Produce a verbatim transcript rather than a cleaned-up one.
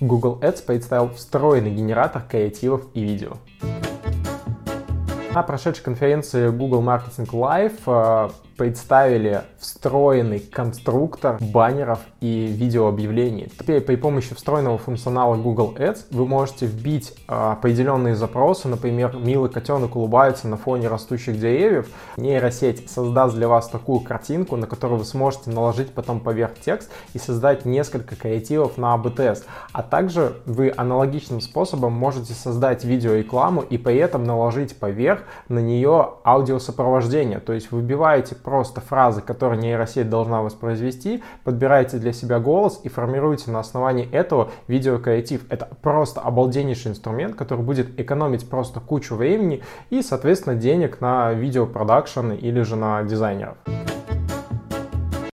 Google Ads представил встроенный генератор креативов и видео. На прошедшей конференции Google Marketing Live представили встроенный конструктор баннеров и видеообъявлений. Теперь при помощи встроенного функционала Google Ads вы можете вбить а, определенные запросы, например, «милый котенок улыбается на фоне растущих деревьев». Нейросеть создаст для вас такую картинку, на которую вы сможете наложить потом поверх текст и создать несколько креативов на эй би тест. А также вы аналогичным способом можете создать видеорекламу и при этом наложить поверх на нее аудиосопровождение. То есть выбиваете просто фразы, которые нейросеть должна воспроизвести, подбираете для себя голос и формируете на основании этого видеокреатив. Это просто обалденнейший инструмент, который будет экономить просто кучу времени и, соответственно, денег на видеопродакшн или же на дизайнеров.